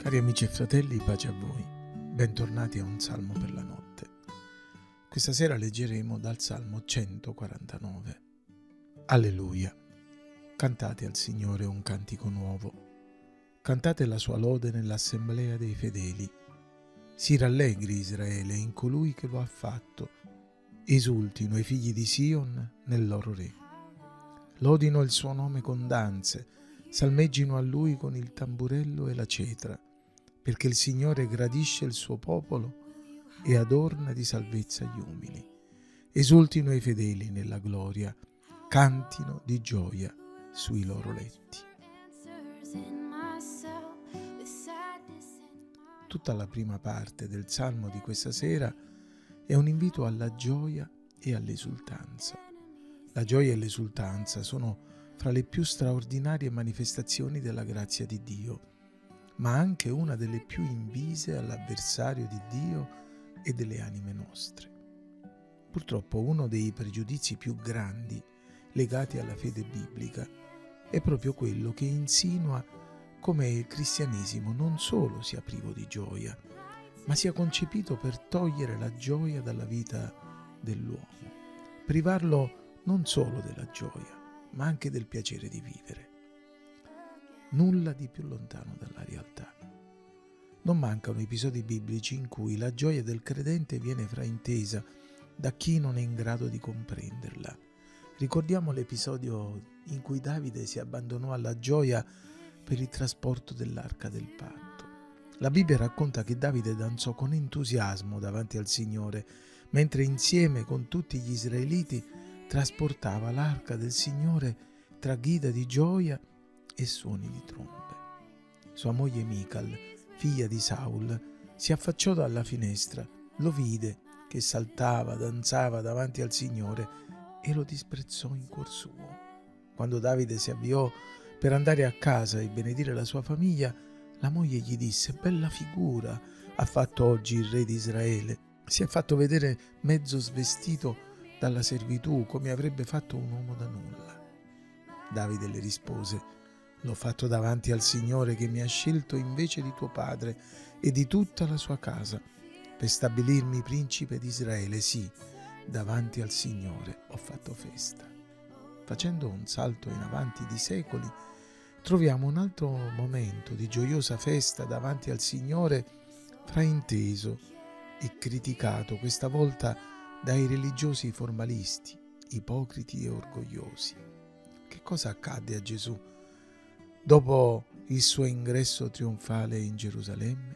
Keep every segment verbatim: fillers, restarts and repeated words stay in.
Cari amici e fratelli, pace a voi. Bentornati a un salmo per la notte. Questa sera leggeremo dal Salmo centoquarantanove. Alleluia. Cantate al Signore un cantico nuovo. Cantate la sua lode nell'assemblea dei fedeli. Si rallegri Israele in colui che lo ha fatto. Esultino i figli di Sion nel loro re. Lodino il suo nome con danze, salmeggino a lui con il tamburello e la cetra, perché il Signore gradisce il suo popolo e adorna di salvezza gli umili. Esultino i fedeli nella gloria, cantino di gioia sui loro letti. Tutta la prima parte del Salmo di questa sera è un invito alla gioia e all'esultanza. La gioia e l'esultanza sono fra le più straordinarie manifestazioni della grazia di Dio, ma anche una delle più invise all'avversario di Dio e delle anime nostre. Purtroppo uno dei pregiudizi più grandi legati alla fede biblica è proprio quello che insinua come il cristianesimo non solo sia privo di gioia, ma sia concepito per togliere la gioia dalla vita dell'uomo, privarlo non solo della gioia, ma anche del piacere di vivere. Nulla di più lontano dalla realtà. Non mancano episodi biblici in cui la gioia del credente viene fraintesa da chi non è in grado di comprenderla. Ricordiamo l'episodio in cui Davide si abbandonò alla gioia per il trasporto dell'arca del patto. La Bibbia racconta che Davide danzò con entusiasmo davanti al Signore, mentre insieme con tutti gli israeliti trasportava l'arca del Signore tra grida di gioia e suoni di trombe. Sua moglie Mical, figlia di Saul, si affacciò dalla finestra, lo vide che saltava, danzava davanti al Signore e lo disprezzò in cuor suo. Quando Davide si avviò per andare a casa e benedire la sua famiglia, la moglie gli disse: «Bella figura ha fatto oggi il re di Israele, si è fatto vedere mezzo svestito dalla servitù, come avrebbe fatto un uomo da nulla». Davide le rispose: «L'ho fatto davanti al Signore che mi ha scelto invece di tuo padre e di tutta la sua casa, per stabilirmi principe di Israele. Sì, davanti al Signore ho fatto festa». Facendo un salto in avanti di secoli, troviamo un altro momento di gioiosa festa davanti al Signore, frainteso e criticato questa volta dai religiosi formalisti, ipocriti e orgogliosi. Che cosa accadde a Gesù dopo il suo ingresso trionfale in Gerusalemme?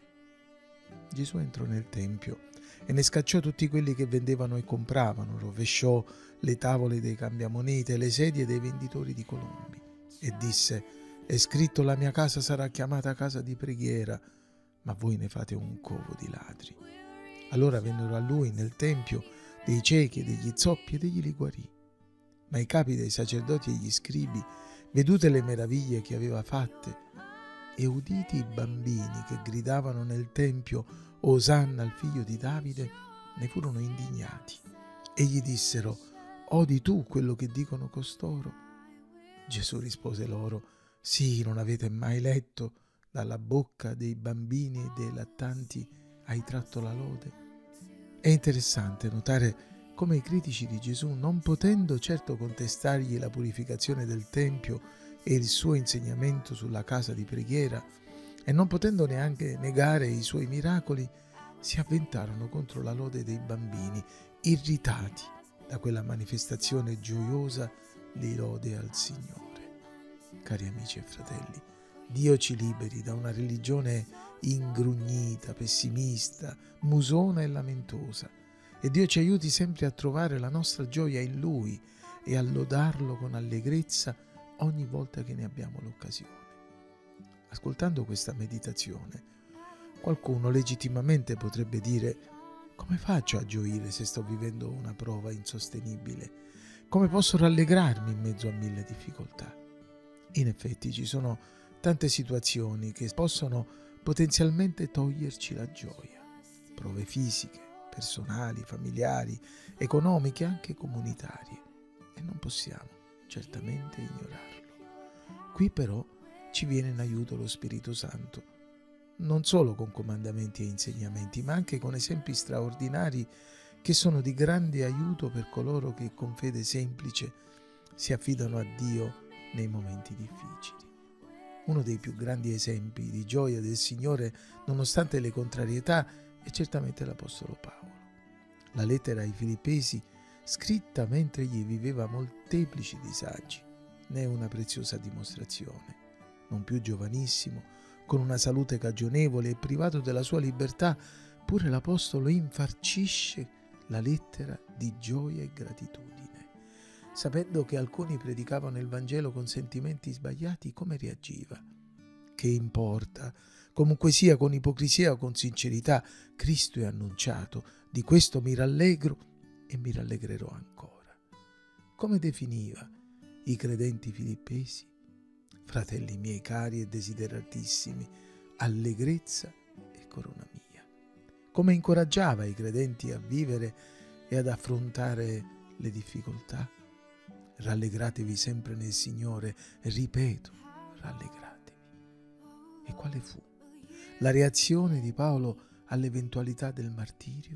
Gesù entrò nel Tempio e ne scacciò tutti quelli che vendevano e compravano, rovesciò le tavole dei cambiamonete e le sedie dei venditori di colombi e disse: «È scritto: la mia casa sarà chiamata casa di preghiera, ma voi ne fate un covo di ladri». Allora vennero a lui nel Tempio dei ciechi e degli zoppi ed egli li guarì. Ma i capi dei sacerdoti e gli scribi, vedute le meraviglie che aveva fatte e uditi i bambini che gridavano nel Tempio «Osanna al figlio di Davide», ne furono indignati e gli dissero: «Odi tu quello che dicono costoro?» Gesù rispose loro: «Sì, non avete mai letto: dalla bocca dei bambini e dei lattanti hai tratto la lode?» È interessante notare come i critici di Gesù, non potendo certo contestargli la purificazione del Tempio e il suo insegnamento sulla casa di preghiera, e non potendo neanche negare i suoi miracoli, si avventarono contro la lode dei bambini, irritati da quella manifestazione gioiosa di lode al Signore. Cari amici e fratelli, Dio ci liberi da una religione ingrugnita, pessimista, musona e lamentosa, e Dio ci aiuti sempre a trovare la nostra gioia in Lui e a lodarlo con allegrezza ogni volta che ne abbiamo l'occasione. Ascoltando questa meditazione, qualcuno legittimamente potrebbe dire: «Come faccio a gioire se sto vivendo una prova insostenibile? Come posso rallegrarmi in mezzo a mille difficoltà?» In effetti ci sono tante situazioni che possono potenzialmente toglierci la gioia. Prove fisiche, personali, familiari, economiche, anche comunitarie. E non possiamo certamente ignorarlo. Qui però ci viene in aiuto lo Spirito Santo. non solo con comandamenti e insegnamenti, ma anche con esempi straordinari che sono di grande aiuto per coloro che con fede semplice si affidano a Dio nei momenti difficili. Uno dei più grandi esempi di gioia del Signore, nonostante le contrarietà, è certamente l'Apostolo Paolo. La lettera ai Filippesi, scritta mentre egli viveva molteplici disagi, ne è una preziosa dimostrazione. Non più giovanissimo, con una salute cagionevole e privato della sua libertà, pure l'Apostolo infarcisce la lettera di gioia e gratitudine. Sapendo che alcuni predicavano il Vangelo con sentimenti sbagliati, come reagiva? Che importa? Comunque sia, con ipocrisia o con sincerità, Cristo è annunciato, di questo mi rallegro e mi rallegrerò ancora. Come definiva i credenti filippesi? Fratelli miei cari e desideratissimi, allegrezza e corona mia. Come incoraggiava i credenti a vivere e ad affrontare le difficoltà? Rallegratevi sempre nel Signore, ripeto, rallegratevi. E quale fu la reazione di Paolo all'eventualità del martirio?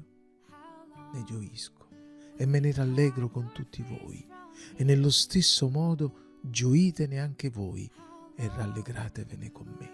Ne gioisco e me ne rallegro con tutti voi, e nello stesso modo gioitene anche voi e rallegratevene con me.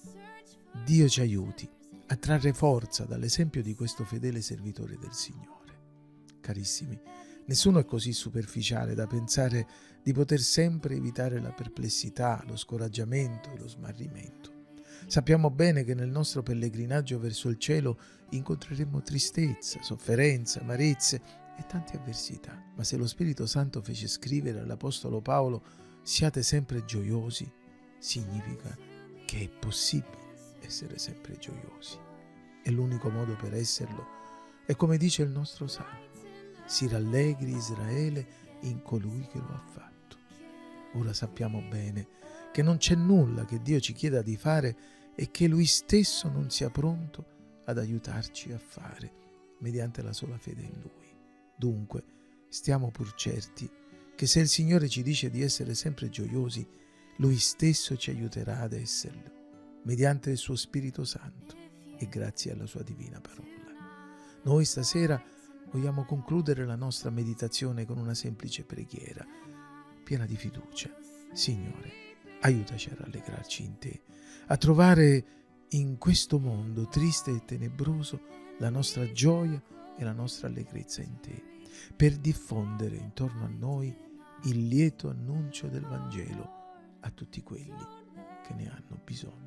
Dio ci aiuti a trarre forza dall'esempio di questo fedele servitore del Signore. Carissimi, nessuno è così superficiale da pensare di poter sempre evitare la perplessità, lo scoraggiamento e lo smarrimento. Sappiamo bene che nel nostro pellegrinaggio verso il cielo incontreremo tristezza, sofferenza, amarezze e tante avversità. Ma se lo Spirito Santo fece scrivere all'Apostolo Paolo «Siate sempre gioiosi», significa che è possibile essere sempre gioiosi. E l'unico modo per esserlo è come dice il nostro Salmo: si rallegri Israele in colui che lo ha fatto. Ora sappiamo bene che non c'è nulla che Dio ci chieda di fare e che Lui stesso non sia pronto ad aiutarci a fare, mediante la sola fede in Lui. Dunque, stiamo pur certi che se il Signore ci dice di essere sempre gioiosi, Lui stesso ci aiuterà ad esserlo, mediante il suo Spirito Santo e grazie alla sua divina parola. Noi stasera vogliamo concludere la nostra meditazione con una semplice preghiera, piena di fiducia. Signore, aiutaci a rallegrarci in Te, a trovare in questo mondo triste e tenebroso la nostra gioia e la nostra allegrezza in Te, per diffondere intorno a noi il lieto annuncio del Vangelo a tutti quelli che ne hanno bisogno.